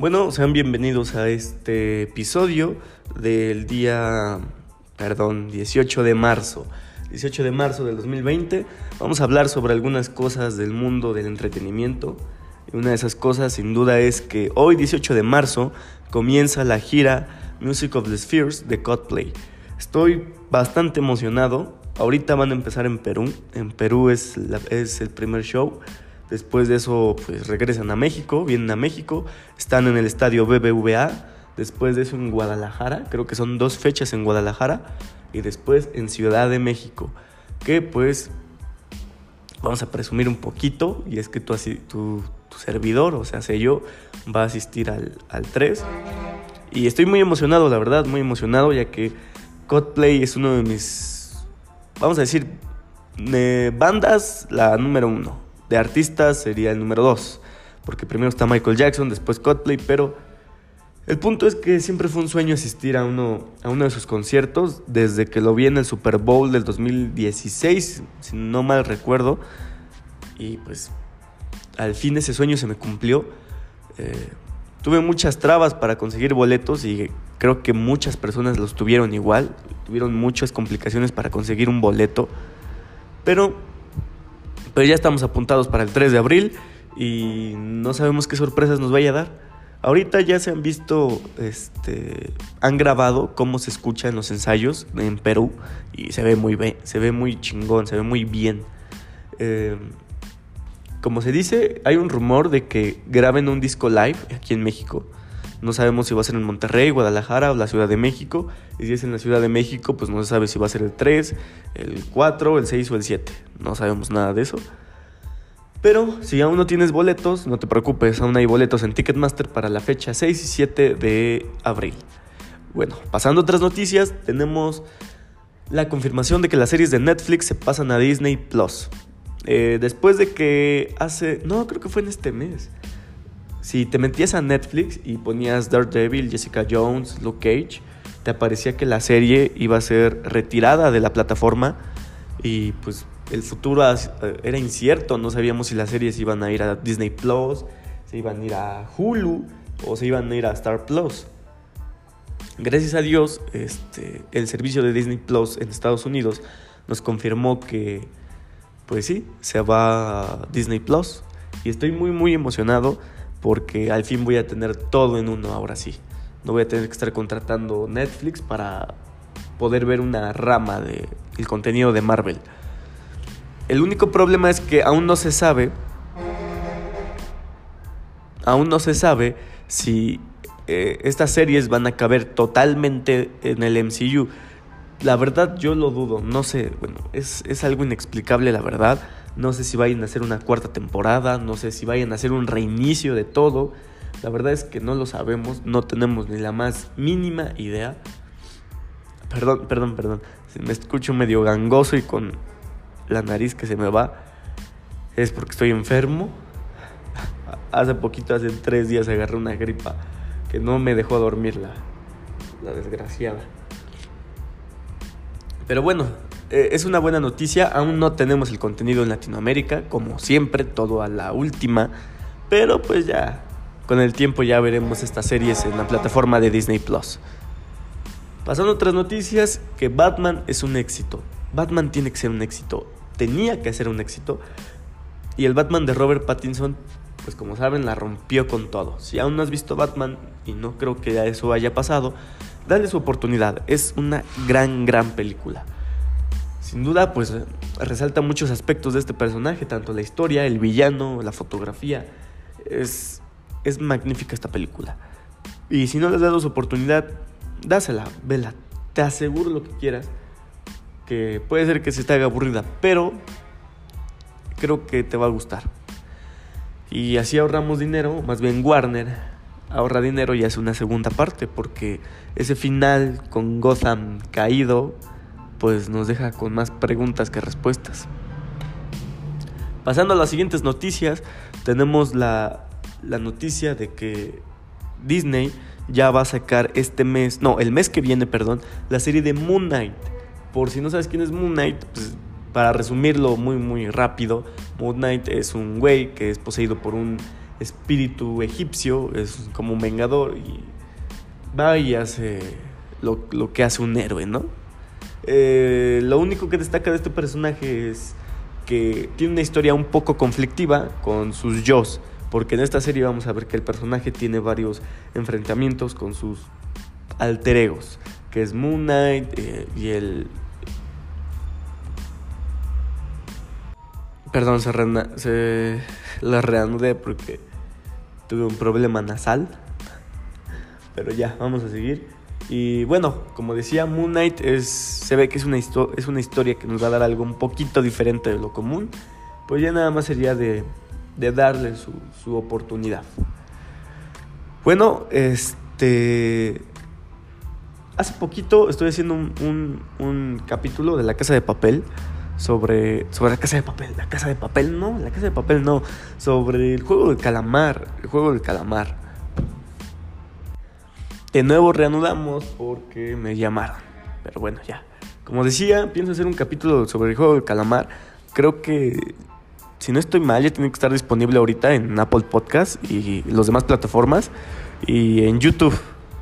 Bueno, sean bienvenidos a este episodio del día, 18 de marzo. 18 de marzo del 2020. Vamos a hablar sobre algunas cosas del mundo del entretenimiento. Y una de esas cosas, sin duda, es que hoy, 18 de marzo, comienza la gira Music of the Spheres de Coldplay. Estoy bastante emocionado. Ahorita van a empezar en Perú. En Perú es el primer show. Después de eso, pues regresan a México, vienen a México, están en el estadio BBVA. Después de eso en Guadalajara, creo que son 2 fechas en Guadalajara. Y después en Ciudad de México, que pues vamos a presumir un poquito. Y es que tu servidor, o sea, yo, va a asistir al 3. Y estoy muy emocionado, la verdad, muy emocionado, ya que Coldplay es uno de mis, vamos a decir, bandas, la número 1. De artistas sería el número 2, porque primero está Michael Jackson, después Coldplay, pero el punto es que siempre fue un sueño asistir a uno de sus conciertos, desde que lo vi en el Super Bowl del 2016, si no mal recuerdo, y pues al fin ese sueño se me cumplió. Tuve muchas trabas para conseguir boletos y creo que muchas personas los tuvieron igual, tuvieron muchas complicaciones para conseguir un boleto, pero ya estamos apuntados para el 3 de abril y no sabemos qué sorpresas nos vaya a dar. Ahorita ya se han visto, han grabado cómo se escucha en los ensayos en Perú y se ve muy bien, se ve muy chingón, se ve muy bien. Como se dice, hay un rumor de que graben un disco live aquí en México. No sabemos si va a ser en Monterrey, Guadalajara o la Ciudad de México. Y si es en la Ciudad de México, pues no se sabe si va a ser el 3, el 4, el 6 o el 7. No sabemos nada de eso. Pero si aún no tienes boletos, no te preocupes. Aún hay boletos en Ticketmaster para la fecha 6 y 7 de abril. Bueno, pasando a otras noticias, tenemos la confirmación de que las series de Netflix se pasan a Disney Plus. Después de que creo que fue en este mes. Si te metías a Netflix y ponías Daredevil, Jessica Jones, Luke Cage, te aparecía que la serie iba a ser retirada de la plataforma y pues el futuro era incierto. No sabíamos si las series iban a ir a Disney Plus, se iban a ir a Hulu o se iban a ir a Star Plus. Gracias a Dios, el servicio de Disney Plus en Estados Unidos nos confirmó que pues sí, se va a Disney Plus y estoy muy muy emocionado, porque al fin voy a tener todo en uno ahora sí. No voy a tener que estar contratando Netflix para poder ver una rama del contenido de Marvel. El único problema es que aún no se sabe si estas series van a caber totalmente en el MCU. La verdad yo lo dudo, no sé, bueno, es algo inexplicable la verdad. No sé si vayan a hacer una 4ª temporada, no sé si vayan a hacer un reinicio de todo. La verdad es que no lo sabemos, no tenemos ni la más mínima idea. Perdón, si me escucho medio gangoso y con la nariz que se me va, es porque estoy enfermo. Hace 3 días agarré una gripa que no me dejó dormir la desgraciada. Pero bueno, es una buena noticia. Aún no tenemos el contenido en Latinoamérica, como siempre, todo a la última. Pero pues ya, con el tiempo ya veremos estas series en la plataforma de Disney Plus. Pasando a otras noticias, que Batman es un éxito. Batman tiene que ser un éxito, tenía que ser un éxito. Y el Batman de Robert Pattinson, pues como saben, la rompió con todo. Si aún no has visto Batman, y no creo que eso haya pasado, dale su oportunidad, es una gran película. Sin duda, pues resalta muchos aspectos de este personaje, tanto la historia, el villano, la fotografía. Es magnífica esta película. Y si no le has dado su oportunidad, dásela, vela. Te aseguro lo que quieras, que puede ser que se te haga aburrida, pero creo que te va a gustar. Y así ahorramos dinero, más bien Warner ahorra dinero y hace una segunda parte, porque ese final con Gotham caído pues nos deja con más preguntas que respuestas. Pasando a las siguientes noticias, tenemos la noticia de que Disney ya va a sacar el mes que viene, la serie de Moon Knight. Por si no sabes quién es Moon Knight, pues para resumirlo muy muy rápido, Moon Knight es un güey que es poseído por un espíritu egipcio, es como un vengador y va y hace lo que hace un héroe, ¿no? Lo único que destaca de este personaje es que tiene una historia un poco conflictiva con sus yos, porque en esta serie vamos a ver que el personaje tiene varios enfrentamientos con sus alter egos, que es Moon Knight y el... Perdón, se la reanudé porque tuve un problema nasal, pero ya, vamos a seguir. Y bueno, como decía, Moon Knight se ve que es una historia que nos va a dar algo un poquito diferente de lo común. Pues ya nada más sería de darle su oportunidad. Bueno, hace poquito estoy haciendo un capítulo de La Casa de Papel sobre La Casa de Papel. La Casa de Papel no, sobre el juego del calamar. De nuevo reanudamos porque me llamaron. Pero bueno, ya. Como decía, pienso hacer un capítulo sobre el juego del calamar. Creo que, si no estoy mal, ya tiene que estar disponible ahorita en Apple Podcast y las demás plataformas. Y en YouTube.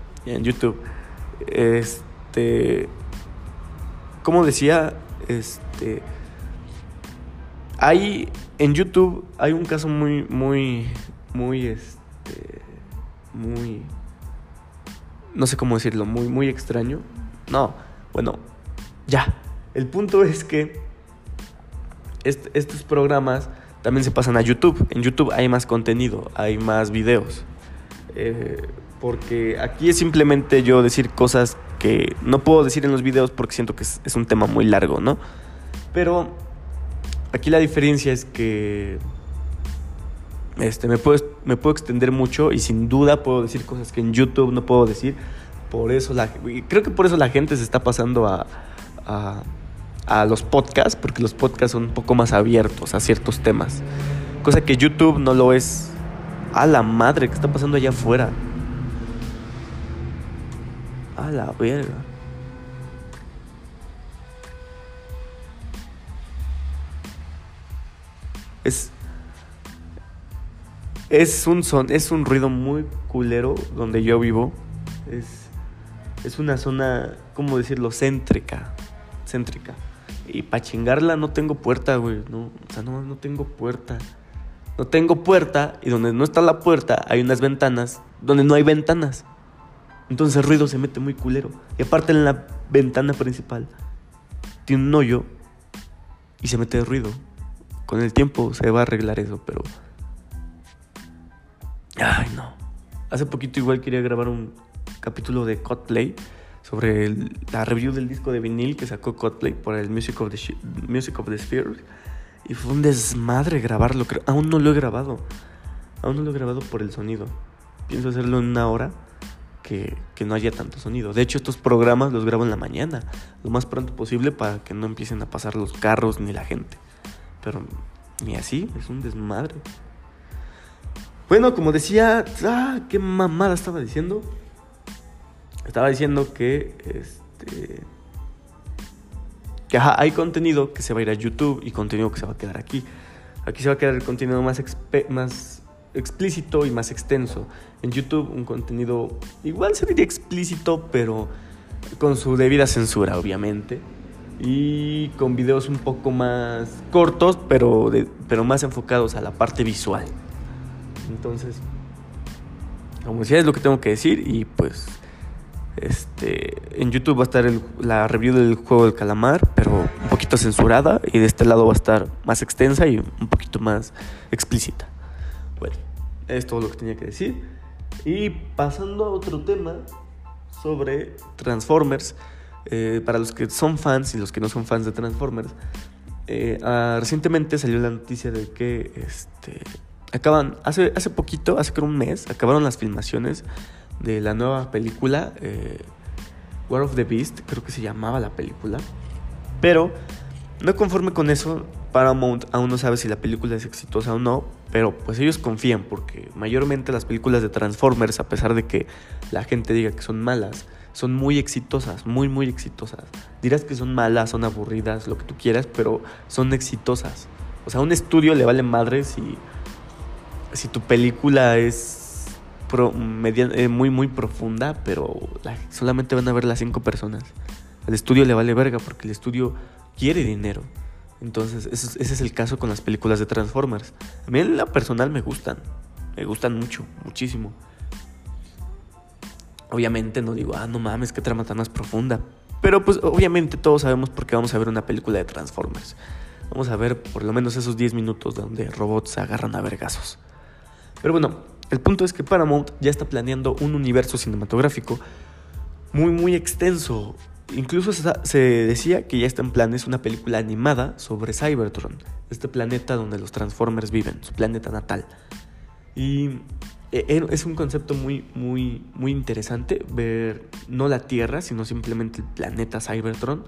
Como decía, en YouTube hay un caso muy, no sé cómo decirlo, muy extraño. No, bueno, ya. El punto es que estos programas también se pasan a YouTube. En YouTube hay más contenido, hay más videos. Porque aquí es simplemente yo decir cosas que no puedo decir en los videos porque siento que es un tema muy largo, ¿no? Pero aquí la diferencia es que me puedo extender mucho y sin duda puedo decir cosas que en YouTube no puedo decir. Creo que por eso la gente se está pasando a los podcasts, porque los podcasts son un poco más abiertos a ciertos temas, cosa que YouTube no lo es. A la madre, ¿qué está pasando allá afuera? A la verga. Es un ruido muy culero donde yo vivo. Es una zona, ¿cómo decirlo? Céntrica. Y para chingarla no tengo puerta, güey. No tengo puerta. No tengo puerta, y donde no está la puerta hay unas ventanas donde no hay ventanas. Entonces el ruido se mete muy culero. Y aparte en la ventana principal tiene un hoyo y se mete el ruido. Con el tiempo se va a arreglar eso, pero... Ay, no. Hace poquito igual quería grabar un capítulo de Coldplay sobre la review del disco de vinil que sacó Coldplay por el Music of the Spheres. Y fue un desmadre grabarlo. Aún no lo he grabado por el sonido. Pienso hacerlo en una hora que no haya tanto sonido. De hecho, estos programas los grabo en la mañana, lo más pronto posible, para que no empiecen a pasar los carros ni la gente. Pero ni así, es un desmadre. Bueno, como decía, qué mamada estaba diciendo. Estaba diciendo que hay contenido que se va a ir a YouTube y contenido que se va a quedar aquí. Aquí se va a quedar el contenido más explícito y más extenso. En YouTube un contenido igual se diría explícito, pero con su debida censura, obviamente. Y con videos un poco más cortos, pero más enfocados a la parte visual. Entonces, como decía, es lo que tengo que decir. Y pues en YouTube va a estar la review del juego del calamar, pero un poquito censurada, y de este lado va a estar más extensa y un poquito más explícita. Bueno, es todo lo que tenía que decir. Y pasando a otro tema sobre Transformers, para los que son fans y los que no son fans de Transformers, recientemente salió la noticia de que hace poquito, hace creo un mes, acabaron las filmaciones de la nueva película War of the Beast, creo que se llamaba la película. Pero no conforme con eso, Paramount aún no sabe si la película es exitosa o no, pero pues ellos confían, porque mayormente las películas de Transformers, a pesar de que la gente diga que son malas, son muy exitosas, muy exitosas. Dirás que son malas, son aburridas, lo que tú quieras, pero son exitosas. O sea, a un estudio le vale madre si tu película es muy muy profunda, pero solamente van a ver las 5 personas. Al estudio le vale verga porque el estudio quiere dinero. Entonces ese es el caso con las películas de Transformers. A mí en la personal me gustan mucho, muchísimo. Obviamente no digo, no mames, qué trama tan más profunda. Pero pues obviamente todos sabemos por qué vamos a ver una película de Transformers. Vamos a ver por lo menos esos 10 minutos donde robots se agarran a vergazos. Pero bueno, el punto es que Paramount ya está planeando un universo cinematográfico muy muy extenso. Incluso se decía que ya está en planes una película animada sobre Cybertron, este planeta donde los Transformers viven, su planeta natal. Y es un concepto muy, muy, muy interesante ver no la Tierra, sino simplemente el planeta Cybertron.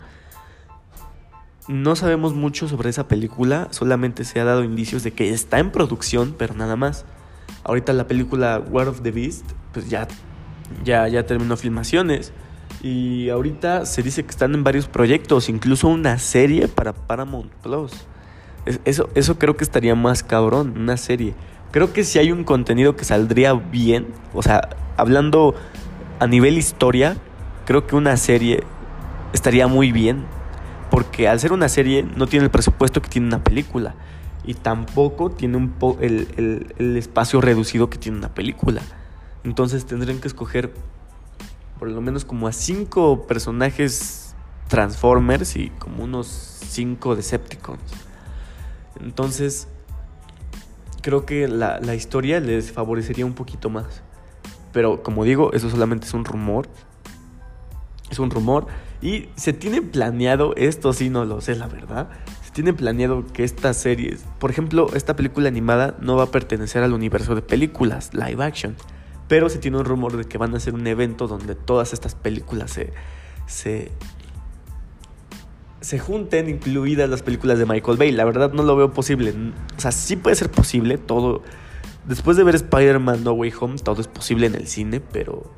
No sabemos mucho sobre esa película, solamente se ha dado indicios de que está en producción, pero nada más. Ahorita la película War of the Beast, pues ya terminó filmaciones. Y ahorita se dice que están en varios proyectos, incluso una serie para Paramount Plus. Eso creo que estaría más cabrón, una serie. Creo que si hay un contenido que saldría bien, o sea, hablando a nivel historia, creo que una serie estaría muy bien. Porque al ser una serie no tiene el presupuesto que tiene una película. Y tampoco tiene el espacio reducido que tiene una película. Entonces tendrían que escoger por lo menos como a 5 personajes Transformers y como unos 5 Decepticons. Entonces creo que la historia les favorecería un poquito más. Pero como digo, eso solamente es un rumor. Es un rumor. Y se tiene planeado, esto sí no lo sé la verdad, se tiene planeado que estas series, por ejemplo, esta película animada no va a pertenecer al universo de películas live action, pero se tiene un rumor de que van a hacer un evento donde todas estas películas se junten, incluidas las películas de Michael Bay. La verdad no lo veo posible. O sea, sí puede ser posible todo. Después de ver Spider-Man No Way Home, todo es posible en el cine, pero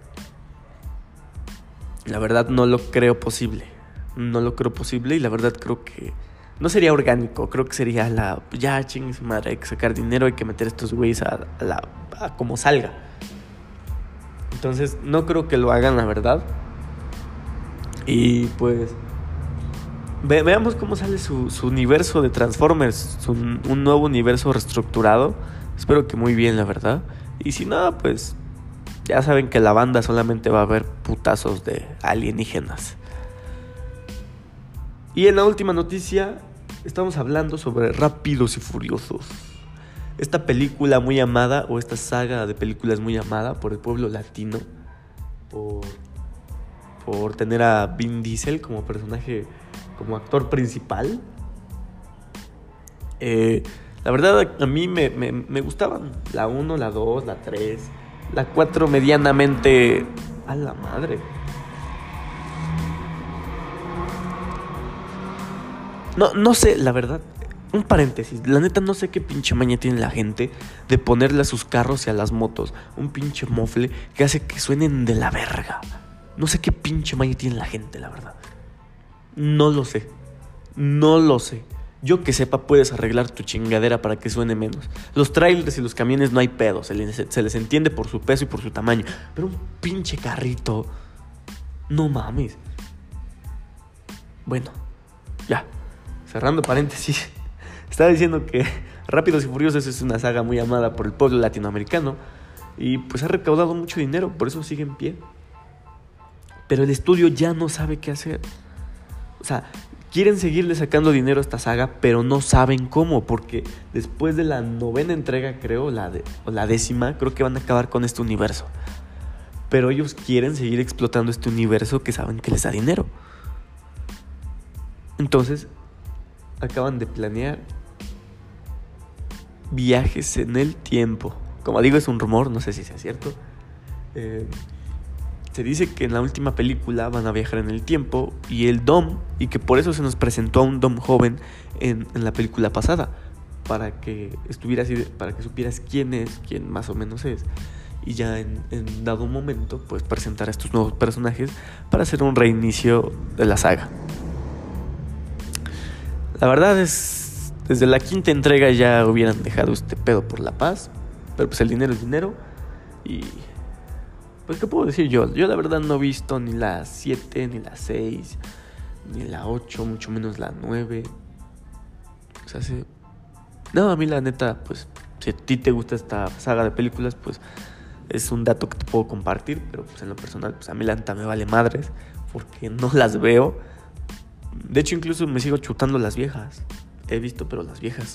la verdad no lo creo posible. No lo creo posible y la verdad creo que no sería orgánico. Creo que sería ya chingue su madre, hay que sacar dinero, hay que meter estos güeyes a como salga. Entonces no creo que lo hagan, la verdad. Y pues veamos cómo sale su universo de Transformers, un nuevo universo reestructurado. Espero que muy bien, la verdad. Y si no, pues ya saben que la banda solamente va a ver putazos de alienígenas. Y en la última noticia estamos hablando sobre Rápidos y Furiosos. Esta película muy amada, o esta saga de películas muy amada por el pueblo latino, por tener a Vin Diesel como personaje, como actor principal. La verdad a mí me gustaban la 1, la 2, la 3, la 4 medianamente. A la madre. No sé, la verdad. Un paréntesis, la neta no sé qué pinche maña tiene la gente de ponerle a sus carros y a las motos un pinche mofle que hace que suenen de la verga. No sé qué pinche maña tiene la gente, la verdad. No lo sé. Yo que sepa, puedes arreglar tu chingadera para que suene menos. Los trailers y los camiones no hay pedo, se les entiende por su peso y por su tamaño. Pero un pinche carrito, no mames. Bueno, ya, cerrando paréntesis. Estaba diciendo que Rápidos y Furiosos es una saga muy amada por el pueblo latinoamericano y pues ha recaudado mucho dinero, por eso sigue en pie. Pero el estudio ya no sabe qué hacer. O sea, quieren seguirle sacando dinero a esta saga, pero no saben cómo, porque después de la 9ª entrega, creo, o la 10ª, creo que van a acabar con este universo. Pero ellos quieren seguir explotando este universo que saben que les da dinero. Entonces, acaban de planear viajes en el tiempo. Como digo, es un rumor, no sé si sea cierto. Se dice que en la última película van a viajar en el tiempo y que por eso se nos presentó a un Dom joven en la película pasada, para que supieras quién más o menos es, y ya en dado momento pues presentar a estos nuevos personajes para hacer un reinicio de la saga. La verdad es, desde la 5ª entrega ya hubieran dejado este pedo por la paz, Pero pues el dinero es dinero. Y pues, ¿qué puedo decir yo? Yo la verdad no he visto ni la 7, ni la 6, ni la 8, mucho menos la 9. O sea, sí. No, a mí la neta, pues, si a ti te gusta esta saga de películas, pues es un dato que te puedo compartir. Pero pues en lo personal, pues a mí la neta me vale madres, porque no las veo. De hecho, incluso me sigo chutando las viejas. He visto, pero las viejas.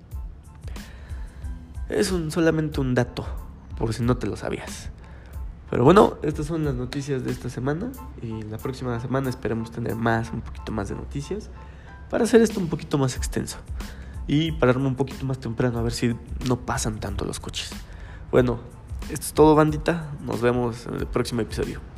Es solamente un dato, por si no te lo sabías. Pero bueno, estas son las noticias de esta semana. Y la próxima semana esperemos tener un poquito más de noticias, para hacer esto un poquito más extenso. Y pararme un poquito más temprano, a ver si no pasan tanto los coches. Bueno, esto es todo, bandita. Nos vemos en el próximo episodio.